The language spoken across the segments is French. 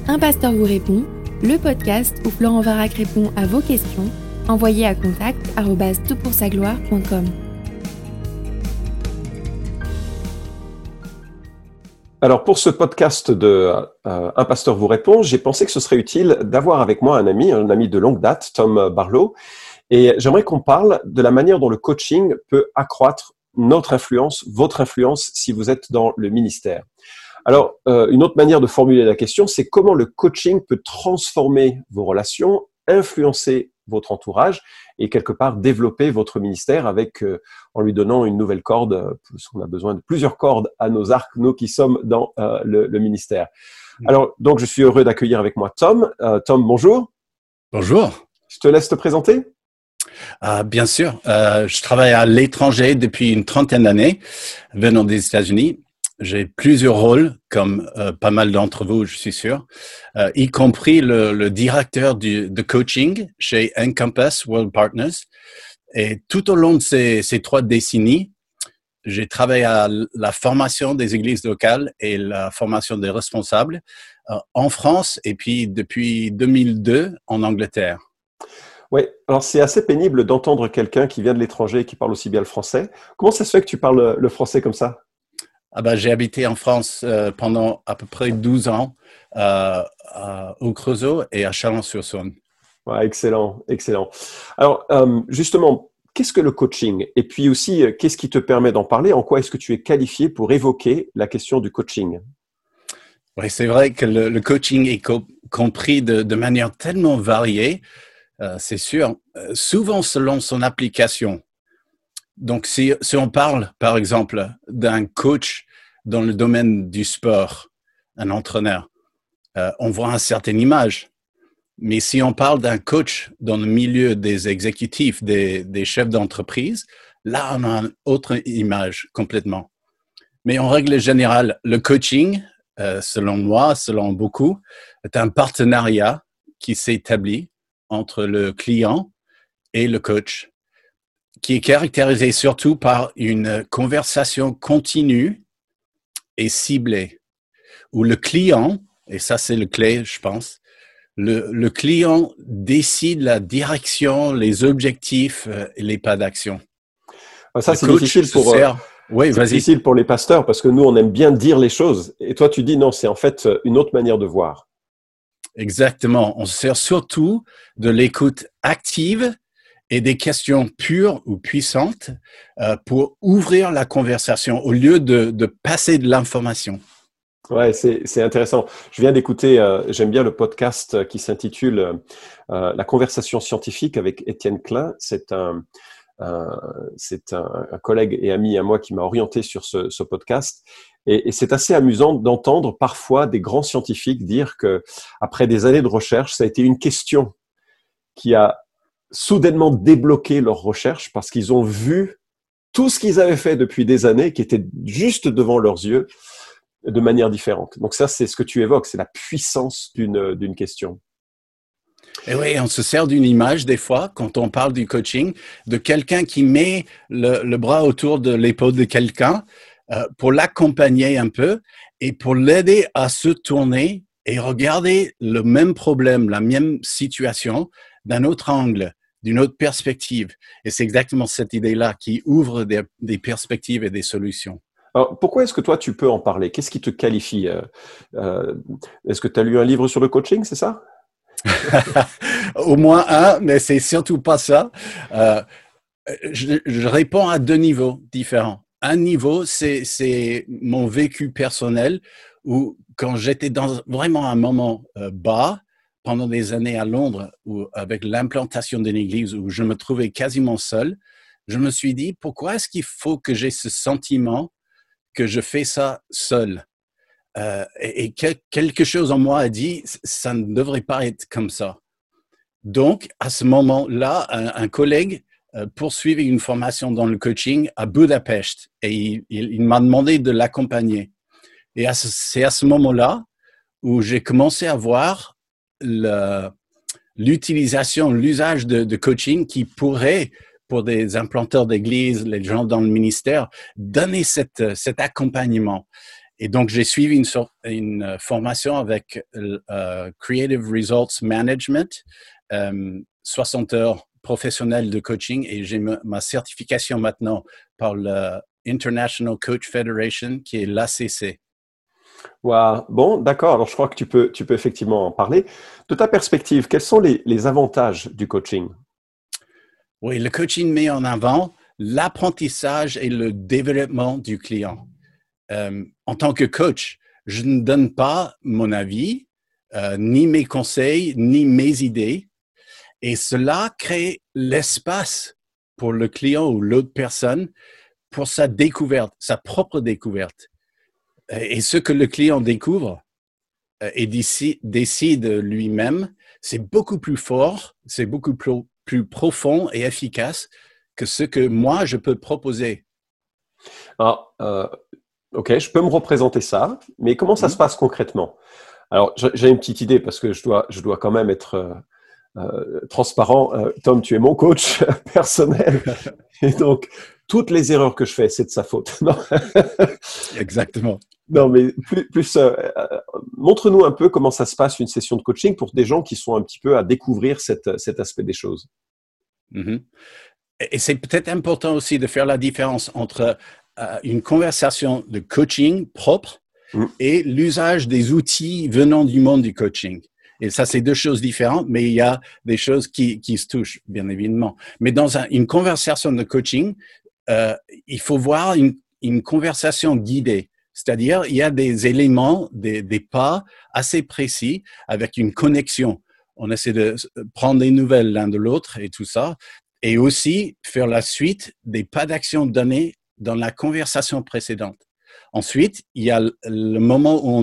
Un pasteur vous répond, le podcast où Florent Varac répond à vos questions, envoyez à contact@toutpoursagloire.com. Alors pour ce podcast de Un pasteur vous répond, j'ai pensé que ce serait utile d'avoir avec moi un ami de longue date, Tom Barlow, et j'aimerais qu'on parle de la manière dont le coaching peut accroître notre influence, votre influence si vous êtes dans le ministère. Alors, une autre manière de formuler la question, c'est comment le coaching peut transformer vos relations, influencer votre entourage et quelque part développer votre ministère en lui donnant une nouvelle corde, parce qu'on a besoin de plusieurs cordes à nos arcs, nous qui sommes dans le ministère. Alors, donc, je suis heureux d'accueillir avec moi Tom. Tom, bonjour. Bonjour. Je te laisse te présenter. Bien sûr. Je travaille à l'étranger depuis une trentaine d'années, venant des États-Unis. J'ai plusieurs rôles, comme pas mal d'entre vous, je suis sûr, y compris le directeur de coaching chez Encompass World Partners. Et tout au long de ces 3 décennies, j'ai travaillé à la formation des églises locales et la formation des responsables en France et puis depuis 2002 en Angleterre. Oui, alors c'est assez pénible d'entendre quelqu'un qui vient de l'étranger et qui parle aussi bien le français. Comment ça se fait que tu parles le français comme ça? J'ai habité en France pendant à peu près 12 ans au Creusot et à Chalon-sur-Saône. Ouais, excellent, excellent. Alors, justement, qu'est-ce que le coaching? Et puis aussi, qu'est-ce qui te permet d'en parler? En quoi est-ce que tu es qualifié pour évoquer la question du coaching? Oui, c'est vrai que le coaching est compris de manière tellement variée, c'est sûr, souvent selon son application. Donc, si on parle, par exemple, d'un coach dans le domaine du sport, un entraîneur, on voit une certaine image. Mais si on parle d'un coach dans le milieu des exécutifs, des chefs d'entreprise, là, on a une autre image complètement. Mais en règle générale, le coaching, selon moi, selon beaucoup, est un partenariat qui s'établit entre le client et le coach, qui est caractérisé surtout par une conversation continue et ciblée, où le client, et ça c'est le clé, je pense, le client décide la direction, les objectifs et les pas d'action. Ça, c'est difficile difficile pour les pasteurs parce que nous, on aime bien dire les choses. Et toi, tu dis non, c'est en fait une autre manière de voir. Exactement. On se sert surtout de l'écoute active et des questions pures ou puissantes pour ouvrir la conversation au lieu de passer de l'information. Ouais, c'est intéressant. Je viens d'écouter, j'aime bien le podcast qui s'intitule La conversation scientifique avec Étienne Klein. C'est un collègue et ami à moi qui m'a orienté sur ce podcast. Et c'est assez amusant d'entendre parfois des grands scientifiques dire que après des années de recherche, ça a été une question qui a soudainement débloqué leur recherche parce qu'ils ont vu tout ce qu'ils avaient fait depuis des années qui était juste devant leurs yeux de manière différente. Donc ça, c'est ce que tu évoques, c'est la puissance d'une question. Et oui, on se sert d'une image des fois, quand on parle du coaching, de quelqu'un qui met le bras autour de l'épaule de quelqu'un pour l'accompagner un peu et pour l'aider à se tourner et regarder le même problème, la même situation d'un autre angle, d'une autre perspective. Et c'est exactement cette idée-là qui ouvre des perspectives et des solutions. Alors, pourquoi est-ce que toi, tu peux en parler? Qu'est-ce qui te qualifie? Est-ce que tu as lu un livre sur le coaching, c'est ça? Au moins un, mais c'est surtout pas ça. Je réponds à 2 niveaux différents. Un niveau, c'est mon vécu personnel où quand j'étais dans vraiment un moment bas, pendant des années à Londres, avec l'implantation d'une église où je me trouvais quasiment seul, je me suis dit, pourquoi est-ce qu'il faut que j'ai ce sentiment que je fais ça seul? Et quelque chose en moi a dit, ça ne devrait pas être comme ça. Donc, à ce moment-là, un collègue poursuivait une formation dans le coaching à Budapest et il m'a demandé de l'accompagner. Et c'est à ce moment-là où j'ai commencé à voir l'usage de coaching qui pourrait, pour des implanteurs d'église, les gens dans le ministère, donner cet accompagnement. Et donc, j'ai suivi une formation avec Creative Results Management, 60 heures professionnelles de coaching, et j'ai ma certification maintenant par le International Coach Federation, qui est l'ACC. Wow. Bon, d'accord. Alors, je crois que tu peux effectivement en parler. De ta perspective, quels sont les avantages du coaching? Oui, le coaching met en avant l'apprentissage et le développement du client. En tant que coach, je ne donne pas mon avis, ni mes conseils, ni mes idées. Et cela crée l'espace pour le client ou l'autre personne pour sa découverte, sa propre découverte. Et ce que le client découvre et décide lui-même, c'est beaucoup plus fort, c'est beaucoup plus profond et efficace que ce que moi, je peux proposer. Alors, ok, je peux me représenter ça, mais comment ça se passe concrètement? Alors, j'ai une petite idée parce que je dois quand même être transparent. Tom, tu es mon coach personnel. Et donc, toutes les erreurs que je fais, c'est de sa faute. Non. Exactement. Non, mais montre-nous un peu comment ça se passe une session de coaching pour des gens qui sont un petit peu à découvrir cet aspect des choses. Mm-hmm. Et c'est peut-être important aussi de faire la différence entre une conversation de coaching propre et l'usage des outils venant du monde du coaching. Et ça, c'est deux choses différentes, mais il y a des choses qui se touchent, bien évidemment. Mais dans une conversation de coaching, il faut voir une conversation guidée. C'est-à-dire, il y a des éléments, des pas assez précis avec une connexion. On essaie de prendre des nouvelles l'un de l'autre et tout ça. Et aussi faire la suite des pas d'action donnés dans la conversation précédente. Ensuite, il y a le moment où on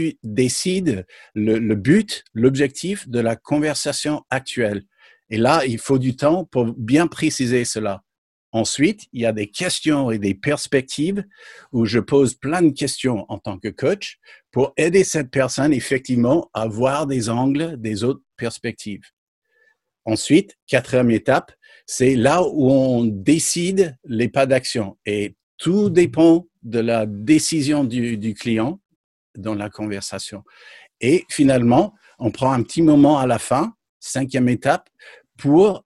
décide le but, l'objectif de la conversation actuelle. Et là, il faut du temps pour bien préciser cela. Ensuite, il y a des questions et des perspectives où je pose plein de questions en tant que coach pour aider cette personne effectivement à voir des angles, des autres perspectives. Ensuite, quatrième étape, c'est là où on décide les pas d'action. Et tout dépend de la décision du client dans la conversation. Et finalement, on prend un petit moment à la fin, cinquième étape, pour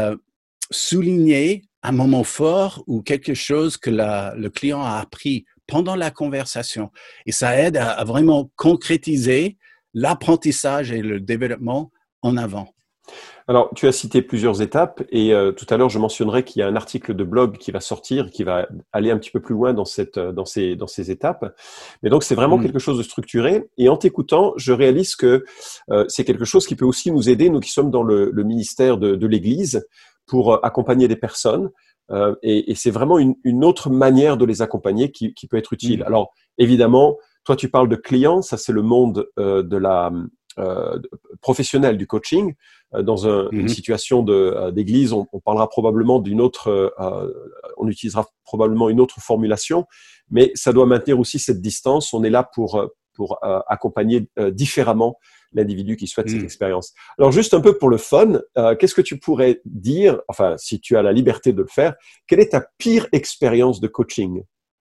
souligner un moment fort ou quelque chose que le client a appris pendant la conversation. Et ça aide à vraiment concrétiser l'apprentissage et le développement en avant. Alors, tu as cité plusieurs étapes et tout à l'heure, je mentionnerai qu'il y a un article de blog qui va sortir, qui va aller un petit peu plus loin dans ces étapes. Mais donc, c'est vraiment quelque chose de structuré. Et en t'écoutant, je réalise que c'est quelque chose qui peut aussi nous aider, nous qui sommes dans le ministère de l'Église, pour accompagner des personnes. Et c'est vraiment une autre manière de les accompagner qui peut être utile. Alors, évidemment, toi, tu parles de clients, ça c'est le monde de la professionnel du coaching. Dans une situation d'église, on parlera probablement d'une autre, on utilisera probablement une autre formulation, mais ça doit maintenir aussi cette distance. On est là pour accompagner différemment l'individu qui souhaite cette expérience. Alors, juste un peu pour le fun, qu'est-ce que tu pourrais dire, enfin, si tu as la liberté de le faire, quelle est ta pire expérience de coaching?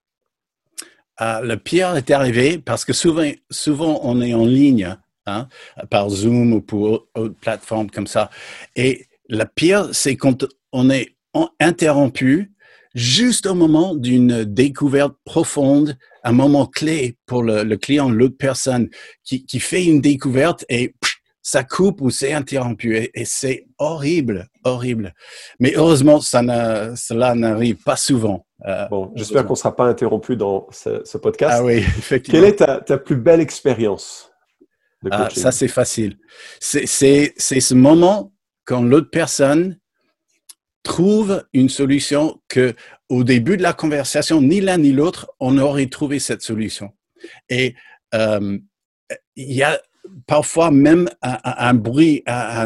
Le pire est arrivé parce que souvent on est en ligne, hein, par Zoom ou pour autre plateforme comme ça. Et le pire, c'est quand on est interrompu juste au moment d'une découverte profonde, un moment clé pour le client, l'autre personne qui fait une découverte et ça coupe ou c'est interrompu. Et c'est horrible, horrible. Mais heureusement, cela n'arrive pas souvent. Bon, j'espère qu'on ne sera pas interrompu dans ce podcast. Ah oui, effectivement. Quelle est ta plus belle expérience de coaching? Ça, c'est facile. C'est ce moment quand l'autre personne trouve une solution que, au début de la conversation, ni l'un ni l'autre, on aurait trouvé cette solution. Et il y a parfois même un bruit,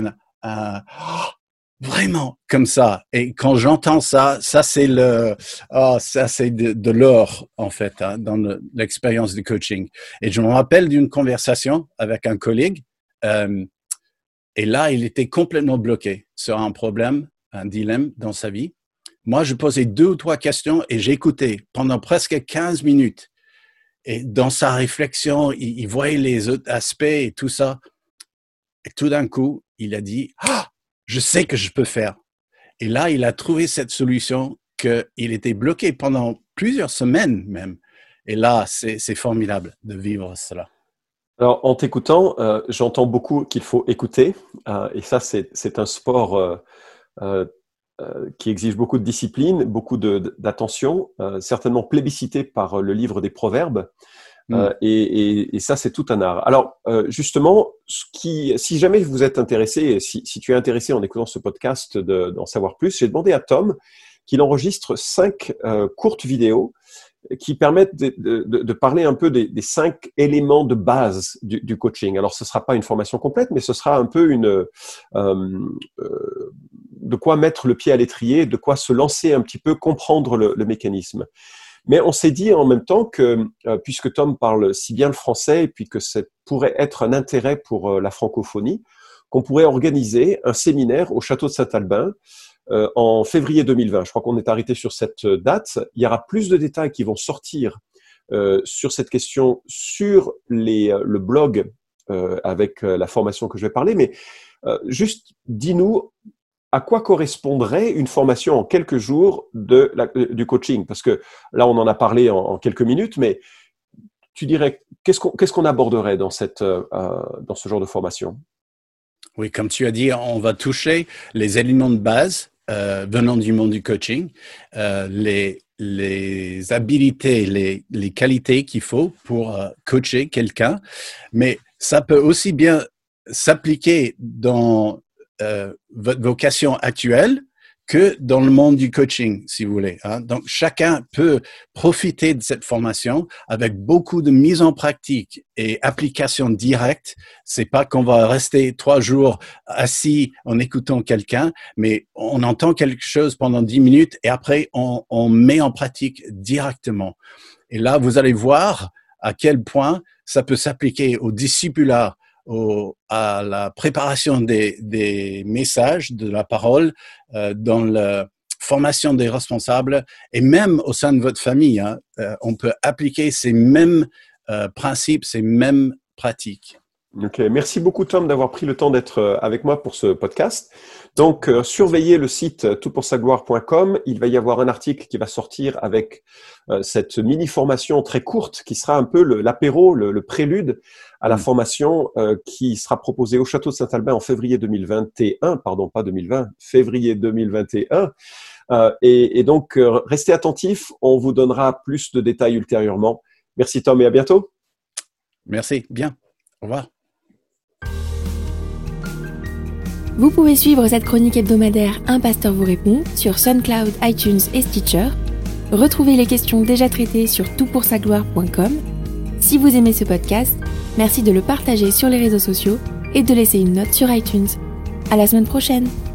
vraiment comme ça. Et quand j'entends ça, c'est de l'or en fait, hein, dans l'expérience de coaching. Et je me rappelle d'une conversation avec un collègue. Et là, il était complètement bloqué sur un problème, un dilemme dans sa vie. Moi, je posais 2 ou 3 questions et j'écoutais pendant presque 15 minutes. Et dans sa réflexion, il voyait les autres aspects et tout ça. Et tout d'un coup, il a dit, je sais que je peux faire. Et là, il a trouvé cette solution qu'il était bloqué pendant plusieurs semaines même. Et là, c'est formidable de vivre cela. Alors, en t'écoutant, j'entends beaucoup qu'il faut écouter. Et ça, c'est un sport qui exige beaucoup de discipline, beaucoup d'attention, certainement plébiscité par le livre des Proverbes. Et ça, c'est tout un art. Alors, justement, si jamais vous êtes intéressé, si tu es intéressé en écoutant ce podcast d'en savoir plus, j'ai demandé à Tom qu'il enregistre 5 courtes vidéos qui permettent de parler un peu des 5 éléments de base du coaching. Alors, ce sera pas une formation complète, mais ce sera un peu de quoi mettre le pied à l'étrier, de quoi se lancer un petit peu, comprendre le mécanisme. Mais on s'est dit en même temps que, puisque Tom parle si bien le français et puis que ça pourrait être un intérêt pour la francophonie, qu'on pourrait organiser un séminaire au château de Saint-Albin en février 2020. Je crois qu'on est arrêté sur cette date. Il y aura plus de détails qui vont sortir sur cette question sur le blog avec la formation que je vais parler. Mais juste dis-nous à quoi correspondrait une formation en quelques jours du coaching? Parce que là, on en a parlé en quelques minutes, mais tu dirais, qu'est-ce qu'on aborderait dans ce genre de formation? Oui, comme tu as dit, on va toucher les éléments de base venant du monde du coaching, les habilités, les qualités qu'il faut pour coacher quelqu'un, mais ça peut aussi bien s'appliquer dans votre vocation actuelle que dans le monde du coaching, si vous voulez. Hein. Donc, chacun peut profiter de cette formation avec beaucoup de mise en pratique et application directe. C'est pas qu'on va rester 3 jours assis en écoutant quelqu'un, mais on entend quelque chose pendant 10 minutes et après, on met en pratique directement. Et là, vous allez voir à quel point ça peut s'appliquer au discipulat, à la préparation des messages, de la parole, dans la formation des responsables et même au sein de votre famille. Hein, on peut appliquer ces mêmes principes, ces mêmes pratiques. Ok, merci beaucoup Tom d'avoir pris le temps d'être avec moi pour ce podcast. Donc, surveillez le site toutpoursagloire.com. Il va y avoir un article qui va sortir avec cette mini-formation très courte qui sera un peu l'apéro, le prélude à la formation qui sera proposée au Château de Saint-Albin en février 2021. Pardon, pas 2020, février 2021. Et donc, restez attentifs. On vous donnera plus de détails ultérieurement. Merci Tom et à bientôt. Merci, bien. Au revoir. Vous pouvez suivre cette chronique hebdomadaire Un pasteur vous répond sur SoundCloud, iTunes et Stitcher. Retrouvez les questions déjà traitées sur toutpoursagloire.com. Si vous aimez ce podcast, merci de le partager sur les réseaux sociaux et de laisser une note sur iTunes. À la semaine prochaine!